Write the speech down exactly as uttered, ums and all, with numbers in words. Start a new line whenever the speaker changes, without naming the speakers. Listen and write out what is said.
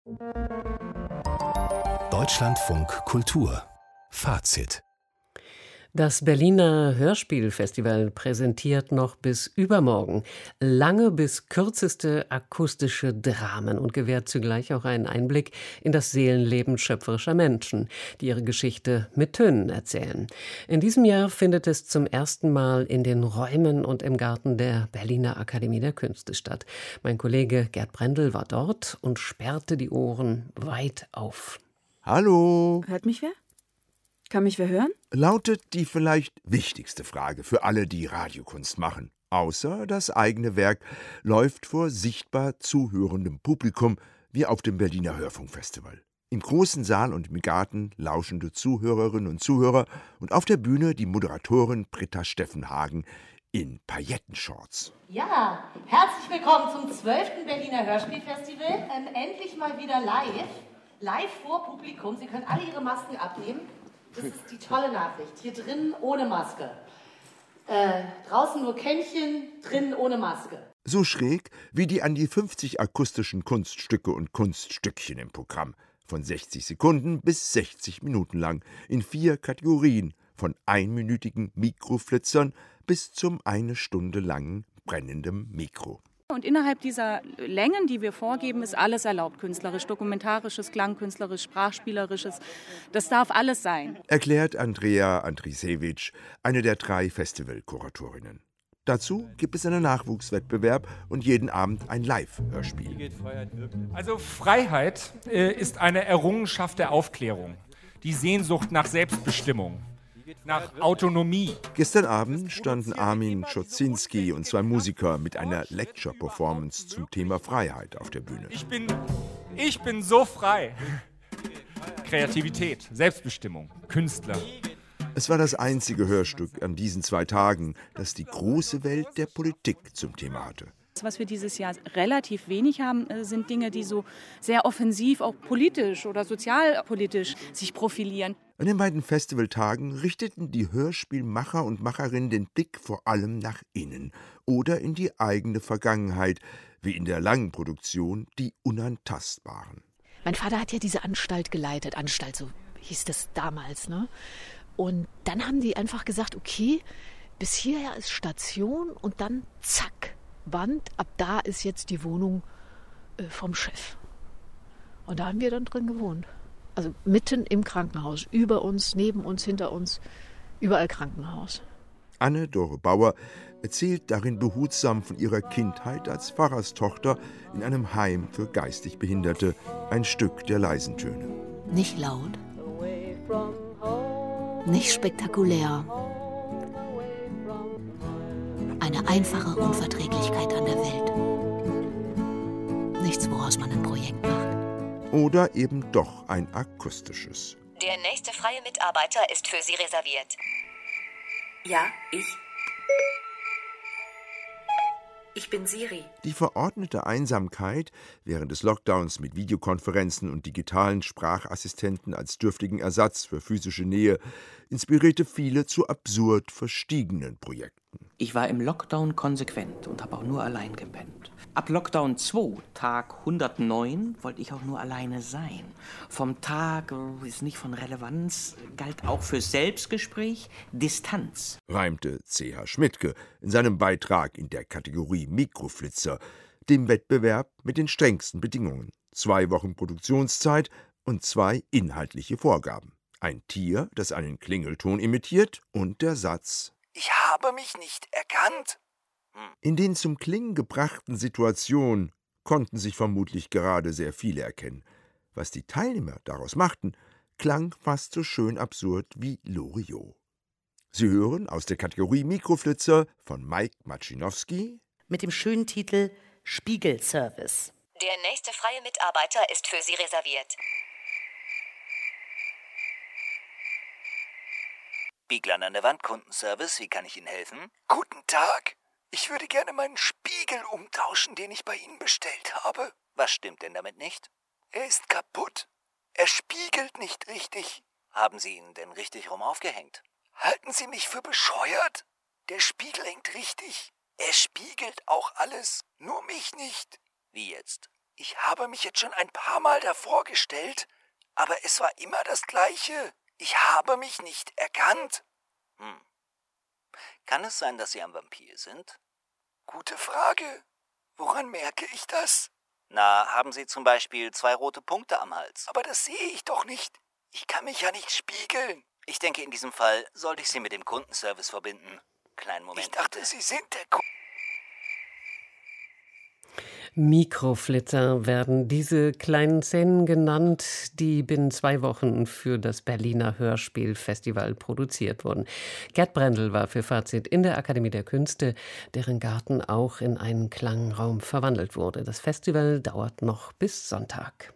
Deutschlandfunk Kultur Fazit.
Das Berliner Hörspielfestival präsentiert noch bis übermorgen lange bis kürzeste akustische Dramen und gewährt zugleich auch einen Einblick in das Seelenleben schöpferischer Menschen, die ihre Geschichte mit Tönen erzählen. In diesem Jahr findet es zum ersten Mal in den Räumen und im Garten der Berliner Akademie der Künste statt. Mein Kollege Gerd Brendel war dort und sperrte die Ohren weit auf.
Hallo.
Hört mich wer? Kann mich wer hören?
Lautet die vielleicht wichtigste Frage für alle, die Radiokunst machen. Außer das eigene Werk läuft vor sichtbar zuhörendem Publikum wie auf dem Berliner Hörfunkfestival. Im großen Saal und im Garten lauschende Zuhörerinnen und Zuhörer und auf der Bühne die Moderatorin Britta Steffenhagen in Paillettenshorts.
Ja, herzlich willkommen zum zwölften Berliner Hörspielfestival. Ähm, endlich mal wieder live. Live vor Publikum. Sie können alle Ihre Masken abnehmen. Das ist die tolle Nachricht. Hier drinnen ohne Maske. Äh, draußen nur Kännchen, drinnen ohne Maske.
So schräg wie die an die fünfzig akustischen Kunststücke und Kunststückchen im Programm. Von sechzig Sekunden bis sechzig Minuten lang. In vier Kategorien. Von einminütigen Mikroflitzern bis zum eine Stunde langen brennendem Mikro.
Und innerhalb dieser Längen, die wir vorgeben, ist alles erlaubt. Künstlerisch, dokumentarisches, klangkünstlerisch, sprachspielerisches. Das darf alles sein.
Erklärt Andrea Andrisewitsch, eine der drei Festivalkuratorinnen. Dazu gibt es einen Nachwuchswettbewerb und jeden Abend ein Live-Hörspiel.
Also Freiheit äh, ist eine Errungenschaft der Aufklärung. Die Sehnsucht nach Selbstbestimmung. Nach Autonomie.
Gestern Abend standen Armin Schozinski und zwei Musiker mit einer Lecture-Performance zum Thema Freiheit auf der Bühne.
Ich bin, ich bin so frei. Kreativität, Selbstbestimmung, Künstler.
Es war das einzige Hörstück an diesen zwei Tagen, das die große Welt der Politik zum Thema hatte.
Was wir dieses Jahr relativ wenig haben, sind Dinge, die so sehr offensiv auch politisch oder sozialpolitisch sich profilieren.
An den beiden Festivaltagen richteten die Hörspielmacher und Macherinnen den Blick vor allem nach innen oder in die eigene Vergangenheit, wie in der langen Produktion Die Unantastbaren.
Mein Vater hat ja diese Anstalt geleitet, Anstalt, so hieß das damals, ne? Und dann haben die einfach gesagt, okay, bis hierher ist Station und dann zack, Wand, ab da ist jetzt die Wohnung äh, vom Chef. Und da haben wir dann drin gewohnt. Also mitten im Krankenhaus, über uns, neben uns, hinter uns, überall Krankenhaus.
Anne-Dore Bauer erzählt darin behutsam von ihrer Kindheit als Pfarrerstochter in einem Heim für geistig Behinderte, ein Stück der leisen Töne.
Nicht laut, nicht spektakulär. Eine einfache Unverträglichkeit an der Welt. Nichts, woraus man ein Projekt macht.
Oder eben doch ein akustisches.
Der nächste freie Mitarbeiter ist für Sie reserviert.
Ja, ich. Ich bin Siri.
Die verordnete Einsamkeit während des Lockdowns mit Videokonferenzen und digitalen Sprachassistenten als dürftigen Ersatz für physische Nähe inspirierte viele zu absurd verstiegenen Projekten.
Ich war im Lockdown konsequent und habe auch nur allein gepennt. Ab Lockdown zwei, Tag hundertneun, wollte ich auch nur alleine sein. Vom Tag ist nicht von Relevanz, galt auch für Selbstgespräch Distanz.
Reimte C H Schmidtke in seinem Beitrag in der Kategorie Mikroflitzer, dem Wettbewerb mit den strengsten Bedingungen. Zwei Wochen Produktionszeit und zwei inhaltliche Vorgaben. Ein Tier, das einen Klingelton imitiert und der Satz:
Ich habe mich nicht erkannt.
In den zum Klingen gebrachten Situationen konnten sich vermutlich gerade sehr viele erkennen. Was die Teilnehmer daraus machten, klang fast so schön absurd wie Loriot. Sie hören aus der Kategorie Mikroflitzer von Mike Maczynowski
Mit dem schönen Titel Spiegelservice.
Der nächste freie Mitarbeiter ist für Sie reserviert.
Spiegel an der Wand, Kundenservice, wie kann ich Ihnen helfen? Guten Tag. Ich würde gerne meinen Spiegel umtauschen, den ich bei Ihnen bestellt habe. Was stimmt denn damit nicht? Er ist kaputt. Er spiegelt nicht richtig. Haben Sie ihn denn richtig rum aufgehängt? Halten Sie mich für bescheuert? Der Spiegel hängt richtig. Er spiegelt auch alles, nur mich nicht. Wie jetzt? Ich habe mich jetzt schon ein paar Mal davor gestellt, aber es war immer das Gleiche. Ich habe mich nicht erkannt. Hm. Kann es sein, dass Sie ein Vampir sind? Gute Frage. Woran merke ich das? Na, haben Sie zum Beispiel zwei rote Punkte am Hals? Aber das sehe ich doch nicht. Ich kann mich ja nicht spiegeln. Ich denke, in diesem Fall sollte ich Sie mit dem Kundenservice verbinden. Kleinen Moment. Ich dachte, bitte. Sie sind der Kunde.
Mikroflitzer werden diese kleinen Szenen genannt, die binnen zwei Wochen für das Berliner Hörspielfestival produziert wurden. Gerd Brendel war für Fazit in der Akademie der Künste, deren Garten auch in einen Klangraum verwandelt wurde. Das Festival dauert noch bis Sonntag.